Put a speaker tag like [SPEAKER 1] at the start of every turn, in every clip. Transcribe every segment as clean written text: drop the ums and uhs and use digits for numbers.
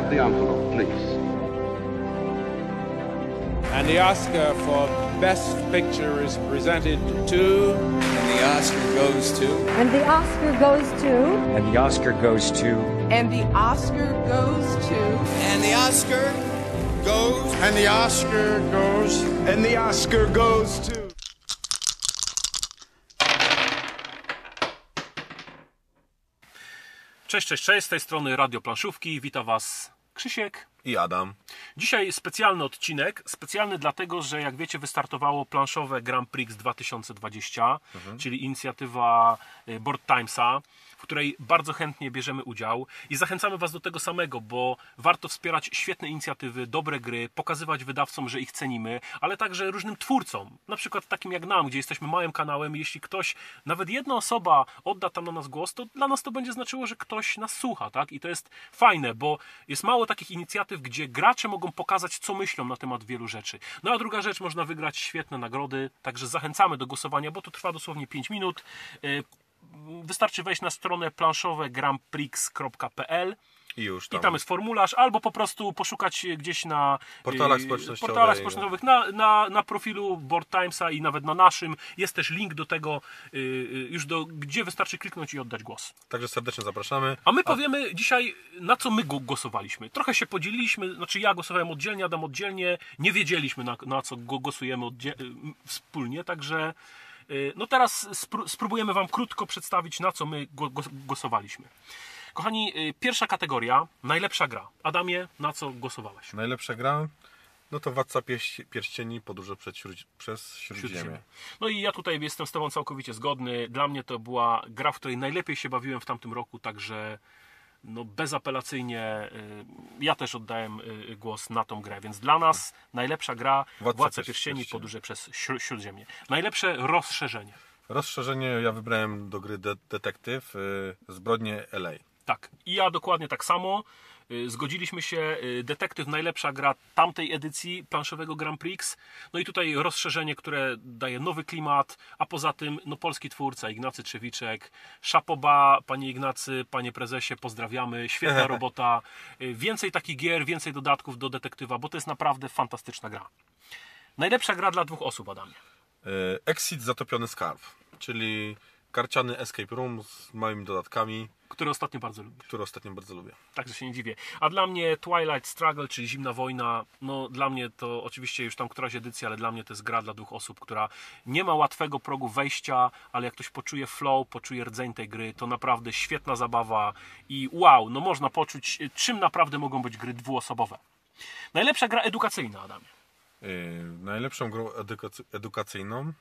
[SPEAKER 1] have the envelope, please.
[SPEAKER 2] And the Oscar for Best Picture is presented to...
[SPEAKER 3] And the Oscar goes to...
[SPEAKER 4] And the Oscar goes to...
[SPEAKER 5] And the Oscar goes to...
[SPEAKER 6] And the Oscar goes to...
[SPEAKER 3] And the Oscar goes...
[SPEAKER 2] And the Oscar goes...
[SPEAKER 7] And the Oscar goes to...
[SPEAKER 8] Cześć, cześć, cześć, z tej strony Radio Planszówki, witam Was Krzysiek
[SPEAKER 9] i Adam.
[SPEAKER 8] Dzisiaj specjalny odcinek, specjalny dlatego, że jak wiecie wystartowało planszowe Grand Prix 2020, czyli inicjatywa Board Timesa, w której bardzo chętnie bierzemy udział i zachęcamy Was do tego samego, bo warto wspierać świetne inicjatywy, dobre gry, pokazywać wydawcom, że ich cenimy, ale także różnym twórcom, na przykład takim jak nam, gdzie jesteśmy małym kanałem. Jeśli ktoś, nawet jedna osoba odda tam na nas głos, to dla nas to będzie znaczyło, że ktoś nas słucha, tak? I to jest fajne, bo jest mało takich inicjatyw, gdzie gracze mogą pokazać, co myślą na temat wielu rzeczy. No a druga rzecz, można wygrać świetne nagrody, także zachęcamy do głosowania, bo to trwa dosłownie 5 minut. Wystarczy wejść na stronę planszowegrandprix.pl
[SPEAKER 9] i
[SPEAKER 8] tam jest formularz, albo po prostu poszukać gdzieś na
[SPEAKER 9] portalach
[SPEAKER 8] społecznościowych, na profilu Board Timesa i nawet na naszym. Jest też link do tego, gdzie wystarczy kliknąć i oddać głos.
[SPEAKER 9] Także serdecznie zapraszamy.
[SPEAKER 8] A my powiemy dzisiaj, na co my głosowaliśmy. Trochę się podzieliliśmy, znaczy ja głosowałem oddzielnie, Adam oddzielnie. Nie wiedzieliśmy, na co głosujemy wspólnie, także no teraz spróbujemy Wam krótko przedstawić, na co my głosowaliśmy. Kochani, pierwsza kategoria, najlepsza gra. Adamie, na co głosowałeś?
[SPEAKER 9] Najlepsza gra? No to Władca Pierścieni, Podróże przez Śródziemie.
[SPEAKER 8] No i ja tutaj jestem z Tobą całkowicie zgodny. Dla mnie to była gra, w której najlepiej się bawiłem w tamtym roku, także no bezapelacyjnie ja też oddałem głos na tą grę, więc dla nas najlepsza gra Władca Pierścieni, Podróże przez Śródziemie. Najlepsze rozszerzenie.
[SPEAKER 9] Rozszerzenie ja wybrałem do gry Detektyw Zbrodnie LA.
[SPEAKER 8] Tak, i ja dokładnie tak samo. Zgodziliśmy się, Detektyw najlepsza gra tamtej edycji planszowego Grand Prix. No i tutaj rozszerzenie, które daje nowy klimat, a poza tym no, polski twórca Ignacy Trzewiczek. Szapoba, panie Ignacy, panie prezesie, pozdrawiamy. Świetna robota. Więcej takich gier, więcej dodatków do Detektywa, bo to jest naprawdę fantastyczna gra. Najlepsza gra dla 2 osób, Adamie.
[SPEAKER 9] Exit Zatopiony Skarb, czyli karciany escape room z małymi dodatkami.
[SPEAKER 8] Które ostatnio bardzo lubię. Także się nie dziwię. A dla mnie Twilight Struggle, czyli Zimna Wojna, no dla mnie to oczywiście już tam któraś edycja, ale dla mnie to jest gra dla 2 osób, która nie ma łatwego progu wejścia, ale jak ktoś poczuje flow, poczuje rdzeń tej gry, to naprawdę świetna zabawa i wow, no można poczuć, czym naprawdę mogą być gry dwuosobowe. Najlepsza gra edukacyjna, Adamie.
[SPEAKER 9] Najlepszą grą edukacyjną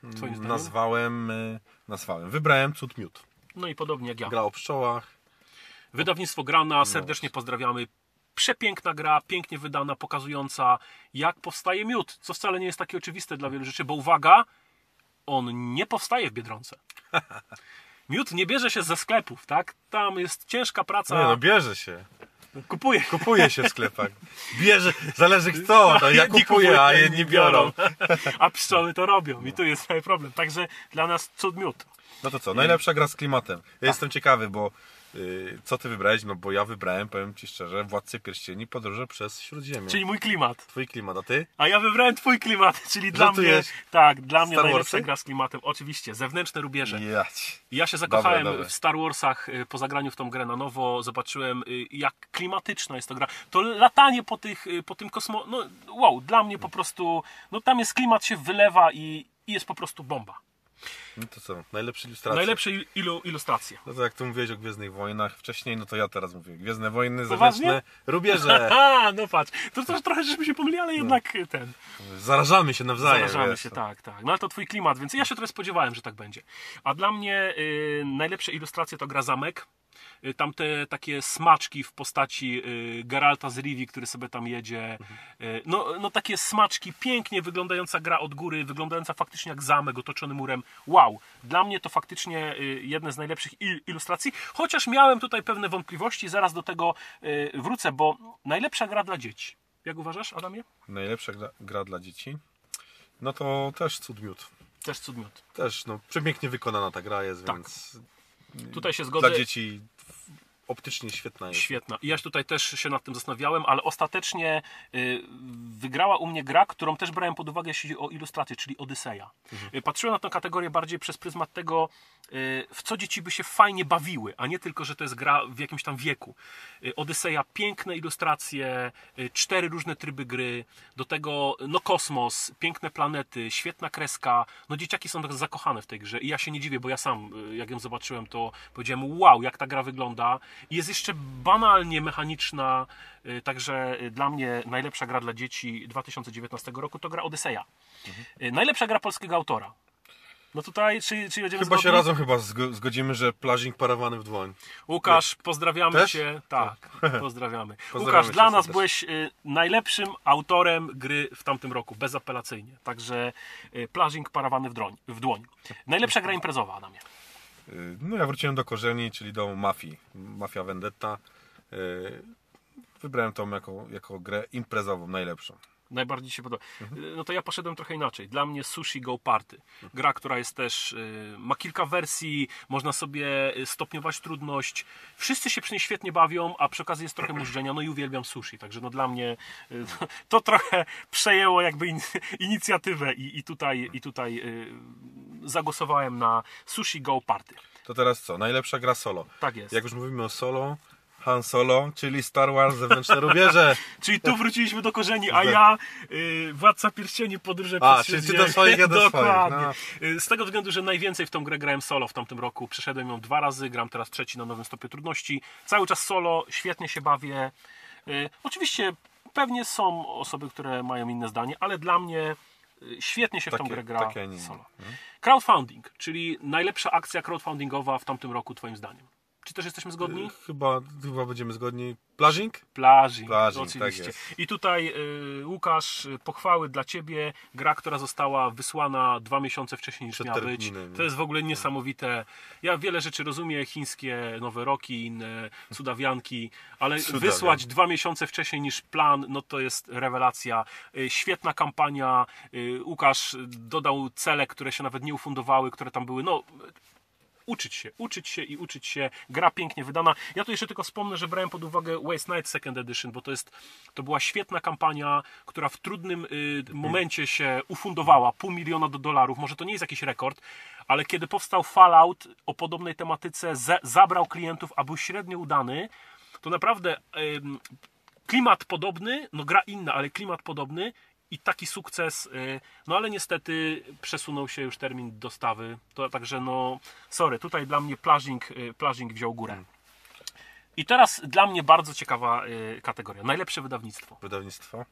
[SPEAKER 9] wybrałem Cud Miód.
[SPEAKER 8] No i podobnie jak ja.
[SPEAKER 9] Gra o pszczołach.
[SPEAKER 8] Wydawnictwo Grana, serdecznie pozdrawiamy. Przepiękna gra, pięknie wydana, pokazująca jak powstaje miód, co wcale nie jest takie oczywiste dla wielu rzeczy, bo uwaga, on nie powstaje w Biedronce. Miód nie bierze się ze sklepów, tak? Tam jest ciężka praca.
[SPEAKER 9] Nie, no bierze się.
[SPEAKER 8] Kupuje
[SPEAKER 9] się w sklepach. Bierze, zależy kto. No, ja kupuję, a jedni biorą.
[SPEAKER 8] A pszczoły to robią i tu jest cały problem. Także dla nas cud miód.
[SPEAKER 9] No to co, najlepsza gra z klimatem. Ja jestem ciekawy, bo co ty wybrałeś? No bo ja wybrałem, powiem ci szczerze, Władcę Pierścieni, Podróże przez Śródziemie.
[SPEAKER 8] Czyli mój klimat.
[SPEAKER 9] Twój klimat, a ty?
[SPEAKER 8] A ja wybrałem twój klimat, czyli dla mnie. Tak, dla mnie najlepsza gra z klimatem. Oczywiście, zewnętrzne rubieże. Ja się zakochałem w Star Warsach po zagraniu w tą grę na nowo. Zobaczyłem, jak klimatyczna jest to gra. To latanie po tym no wow, dla mnie po prostu, no tam jest klimat, się wylewa i jest po prostu bomba.
[SPEAKER 9] No to co? Najlepsze ilustracje.
[SPEAKER 8] Najlepsze ilustracje.
[SPEAKER 9] No to jak tu mówiłeś o Gwiezdnych Wojnach wcześniej, no to ja teraz mówię. Gwiezdne Wojny, zewnętrzne rubieże.
[SPEAKER 8] No patrz. To trochę żeśmy się pomyli, ale jednak ten.
[SPEAKER 9] Zarażamy się nawzajem.
[SPEAKER 8] Zarażamy się, tak. No ale to twój klimat, więc ja się trochę spodziewałem, że tak będzie. A dla mnie najlepsze ilustracje to gra Zamek. Tamte takie smaczki w postaci Geralta z Rivii, który sobie tam jedzie. No takie smaczki, pięknie wyglądająca gra od góry, wyglądająca faktycznie jak zamek otoczony murem. Wow, dla mnie to faktycznie jedne z najlepszych ilustracji, chociaż miałem tutaj pewne wątpliwości, zaraz do tego wrócę, bo najlepsza gra dla dzieci. Jak uważasz, Adamie?
[SPEAKER 9] Najlepsza gra dla dzieci? No to też Cud Miód.
[SPEAKER 8] Też Cud Miód.
[SPEAKER 9] Też, no przepięknie wykonana ta gra jest,
[SPEAKER 8] tak.
[SPEAKER 9] Więc
[SPEAKER 8] tutaj się zgodzę.
[SPEAKER 9] Dla dzieci optycznie świetna jest.
[SPEAKER 8] Świetna. I ja tutaj też się nad tym zastanawiałem, ale ostatecznie wygrała u mnie gra, którą też brałem pod uwagę, jeśli chodzi o ilustrację, czyli Odyseja. Patrzyłem na tę kategorię bardziej przez pryzmat tego, w co dzieci by się fajnie bawiły, a nie tylko, że to jest gra w jakimś tam wieku. Odyseja, piękne ilustracje, 4 różne tryby gry, do tego no kosmos, piękne planety, świetna kreska. No dzieciaki są tak zakochane w tej grze i ja się nie dziwię, bo ja sam, jak ją zobaczyłem, to powiedziałem, wow, jak ta gra wygląda. I jest jeszcze banalnie mechaniczna, także dla mnie najlepsza gra dla dzieci 2019 roku to gra Odyseja. Najlepsza gra polskiego autora. No tutaj, czy będziemy
[SPEAKER 9] Chyba
[SPEAKER 8] zgodni?
[SPEAKER 9] się razem zgodzimy, że Plażing parawany w dłoń.
[SPEAKER 8] Łukasz, pozdrawiamy
[SPEAKER 9] Też?
[SPEAKER 8] Cię. Tak, pozdrawiamy.
[SPEAKER 9] Pozdrawiamy
[SPEAKER 8] Łukasz,
[SPEAKER 9] cię
[SPEAKER 8] dla nas
[SPEAKER 9] serdecznie.
[SPEAKER 8] byłeś najlepszym autorem gry w tamtym roku, bezapelacyjnie. Także Plażing parawany w dłoń. Najlepsza gra imprezowa, Adamie.
[SPEAKER 9] No ja wróciłem do korzeni, czyli do Mafii. Mafia Vendetta. Wybrałem tą jako grę imprezową, najlepszą.
[SPEAKER 8] Najbardziej się podoba. No to ja poszedłem trochę inaczej. Dla mnie Sushi Go Party. Gra, która jest też, ma kilka wersji, można sobie stopniować trudność. Wszyscy się przy niej świetnie bawią, a przy okazji jest trochę mużdżenia. No i uwielbiam sushi. Także no dla mnie to trochę przejęło jakby inicjatywę i tutaj zagłosowałem na Sushi Go Party.
[SPEAKER 9] To teraz co? Najlepsza gra solo.
[SPEAKER 8] Tak jest.
[SPEAKER 9] Jak już mówimy o solo, Han Solo, czyli Star Wars Zewnętrzne Rubieże.
[SPEAKER 8] Czyli tu wróciliśmy do korzeni, a ja Władca Pierścieni, podróże
[SPEAKER 9] A,
[SPEAKER 8] przez
[SPEAKER 9] czyli ty
[SPEAKER 8] Śródziemie.
[SPEAKER 9] do swoich, ja do swoich.
[SPEAKER 8] Dokładnie.
[SPEAKER 9] No.
[SPEAKER 8] Z tego względu, że najwięcej w tą grę grałem solo w tamtym roku. Przeszedłem ją 2 razy, gram teraz 3 na nowym stopniu trudności. Cały czas solo, świetnie się bawię. Oczywiście pewnie są osoby, które mają inne zdanie, ale dla mnie świetnie się w tą grę gra
[SPEAKER 9] takie, a nie inne.
[SPEAKER 8] solo. Crowdfunding, czyli najlepsza akcja crowdfundingowa w tamtym roku twoim zdaniem. Czy też jesteśmy zgodni?
[SPEAKER 9] Chyba będziemy zgodni. Plażing?
[SPEAKER 8] Plażing,
[SPEAKER 9] Plażing,
[SPEAKER 8] oczywiście.
[SPEAKER 9] tak
[SPEAKER 8] I tutaj Łukasz, pochwały dla Ciebie. Gra, która została wysłana 2 miesiące wcześniej niż
[SPEAKER 9] Przed
[SPEAKER 8] miała być.
[SPEAKER 9] terminem,
[SPEAKER 8] To jest w ogóle niesamowite. Ja wiele rzeczy rozumiem, chińskie nowe roki, inne cudawianki, ale wysłać 2 miesiące wcześniej niż plan, no to jest rewelacja. Świetna kampania. Łukasz dodał cele, które się nawet nie ufundowały, które tam były. No, uczyć się. Gra pięknie wydana. Ja tu jeszcze tylko wspomnę, że brałem pod uwagę Waste Night Second Edition, bo to była świetna kampania, która w trudnym momencie się ufundowała. $500,000. Może to nie jest jakiś rekord, ale kiedy powstał Fallout o podobnej tematyce, zabrał klientów, a był średnio udany, to naprawdę klimat podobny, no gra inna, ale klimat podobny. I taki sukces, no ale niestety przesunął się już termin dostawy. Także no, sorry, tutaj dla mnie Plażing wziął górę. I teraz dla mnie bardzo ciekawa kategoria. Najlepsze wydawnictwo.
[SPEAKER 9] Wydawnictwo?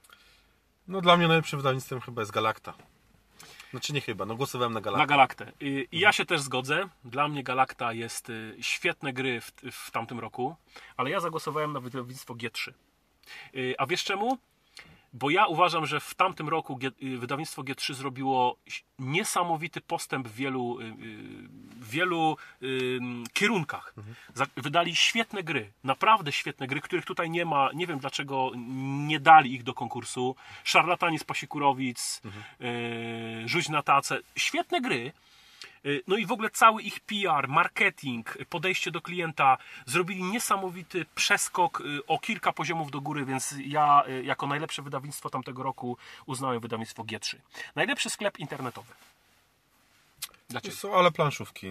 [SPEAKER 9] No dla mnie najlepszym wydawnictwem chyba jest Galacta. Znaczy nie chyba, no głosowałem na Galaktę.
[SPEAKER 8] Na Galaktę. I ja się też zgodzę. Dla mnie Galacta jest świetne gry w tamtym roku, ale ja zagłosowałem na wydawnictwo G3. A wiesz czemu? Bo ja uważam, że w tamtym roku wydawnictwo G3 zrobiło niesamowity postęp w wielu kierunkach. Wydali świetne gry, naprawdę świetne gry, których tutaj nie ma. Nie wiem dlaczego nie dali ich do konkursu. Szarlatani z Pasikurowic, Rzuć na tacę. Świetne gry. No i w ogóle cały ich PR, marketing, podejście do klienta zrobili niesamowity przeskok o kilka poziomów do góry, więc ja jako najlepsze wydawnictwo tamtego roku uznałem wydawnictwo G3. Najlepszy sklep internetowy. Dla Ciebie.
[SPEAKER 9] Są ale planszówki.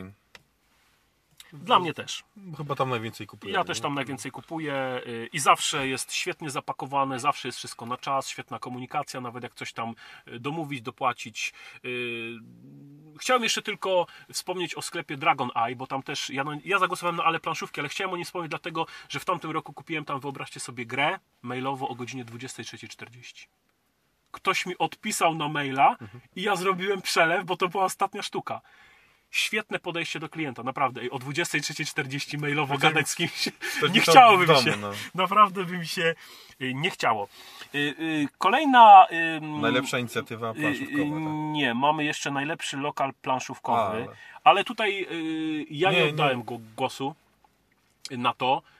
[SPEAKER 8] Dla mnie też.
[SPEAKER 9] Chyba tam najwięcej kupuję.
[SPEAKER 8] Ja też tam najwięcej kupuję i zawsze jest świetnie zapakowane, zawsze jest wszystko na czas, świetna komunikacja, nawet jak coś tam domówić, dopłacić. Chciałem jeszcze tylko wspomnieć o sklepie Dragon Eye, bo tam też, ja zagłosowałem na ale planszówki, ale chciałem o nim wspomnieć dlatego, że w tamtym roku kupiłem tam, wyobraźcie sobie, grę mailowo o godzinie 23:40. Ktoś mi odpisał na maila i ja zrobiłem przelew, bo to była ostatnia sztuka. Świetne podejście do klienta, naprawdę. O 23:40 mailowo gadać z kimś. Nie chciałoby mi się.
[SPEAKER 9] No.
[SPEAKER 8] Naprawdę by mi się nie chciało. Kolejna...
[SPEAKER 9] Najlepsza inicjatywa planszówkowa. Tak?
[SPEAKER 8] Nie, mamy jeszcze najlepszy lokal planszówkowy, ale tutaj ja nie oddałem głosu na to.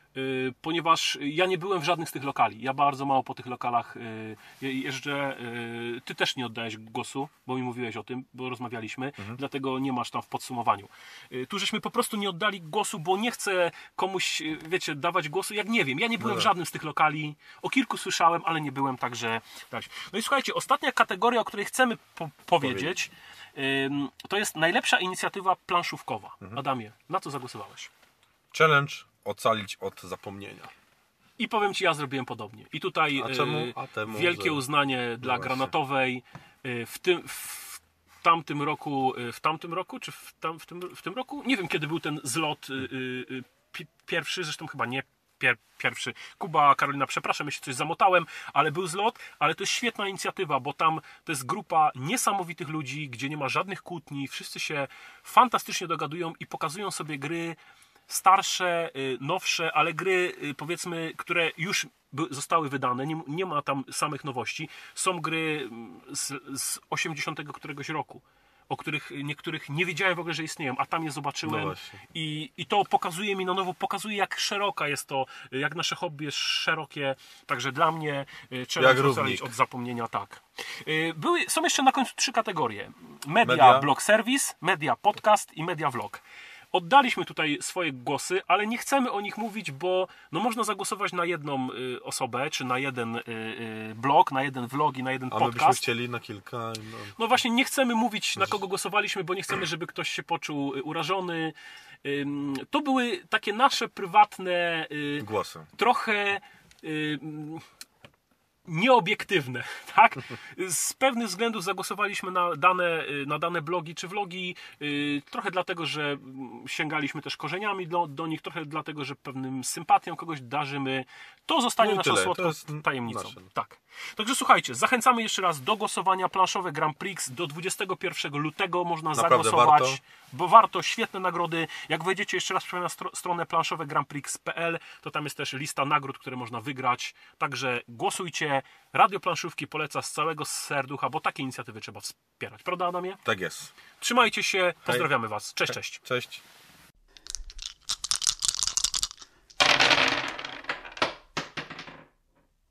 [SPEAKER 8] ponieważ ja nie byłem w żadnych z tych lokali. Ja bardzo mało po tych lokalach jeżdżę. Ty też nie oddałeś głosu, bo mi mówiłeś o tym, bo rozmawialiśmy, dlatego nie masz tam w podsumowaniu. Tu żeśmy po prostu nie oddali głosu, bo nie chcę komuś, wiecie, dawać głosu, jak nie wiem. Ja nie byłem w żadnym z tych lokali. O kilku słyszałem, ale nie byłem, także... No i słuchajcie, ostatnia kategoria, o której chcemy powiedzieć, to jest najlepsza inicjatywa planszówkowa. Adamie, na co zagłosowałeś?
[SPEAKER 9] Challenge ocalić od zapomnienia.
[SPEAKER 8] I powiem Ci, ja zrobiłem podobnie. I tutaj wielkie uznanie dla Granatowej. W tamtym roku, czy w tym roku? Nie wiem, kiedy był ten zlot pierwszy, zresztą chyba nie pierwszy. Kuba, Karolina, przepraszam, jeśli coś zamotałem, ale był zlot, ale to jest świetna inicjatywa, bo tam to jest grupa niesamowitych ludzi, gdzie nie ma żadnych kłótni, wszyscy się fantastycznie dogadują i pokazują sobie gry starsze, nowsze, ale gry, powiedzmy, które już zostały wydane, nie ma tam samych nowości. Są gry z 80 któregoś roku, o których niektórych nie wiedziałem w ogóle, że istnieją, a tam je zobaczyłem i to pokazuje mi na nowo, pokazuje jak szeroka jest to, jak nasze hobby jest szerokie, także dla mnie trzeba ocalić od zapomnienia, tak. Są jeszcze na końcu 3 kategorie. Media Blog Service, Media Podcast i Media Vlog. Oddaliśmy tutaj swoje głosy, ale nie chcemy o nich mówić, bo no można zagłosować na jedną osobę, czy na jeden blog, na jeden vlog i na jeden podcast.
[SPEAKER 9] A my byśmy chcieli na kilka.
[SPEAKER 8] No właśnie, nie chcemy mówić, na kogo głosowaliśmy, bo nie chcemy, żeby ktoś się poczuł urażony. To były takie nasze prywatne
[SPEAKER 9] głosy.
[SPEAKER 8] Trochę nieobiektywne, tak? Z pewnych względów zagłosowaliśmy na dane blogi czy vlogi, trochę dlatego, że sięgaliśmy też korzeniami do nich, trochę dlatego, że pewnym sympatią kogoś darzymy. To zostanie naszą słodką tajemnicą. Tak. Także słuchajcie, zachęcamy jeszcze raz do głosowania. Planszowe Grand Prix do 21 lutego można zagłosować, bo warto, świetne nagrody. Jak wejdziecie jeszcze raz na stronę planszowegrandprix.pl, to tam jest też lista nagród, które można wygrać. Także głosujcie. Radio Planszówki poleca z całego serducha, bo takie inicjatywy trzeba wspierać. Prawda, Adamie?
[SPEAKER 9] Tak jest.
[SPEAKER 8] Trzymajcie się, pozdrawiamy Was. Cześć, cześć.
[SPEAKER 9] Cześć.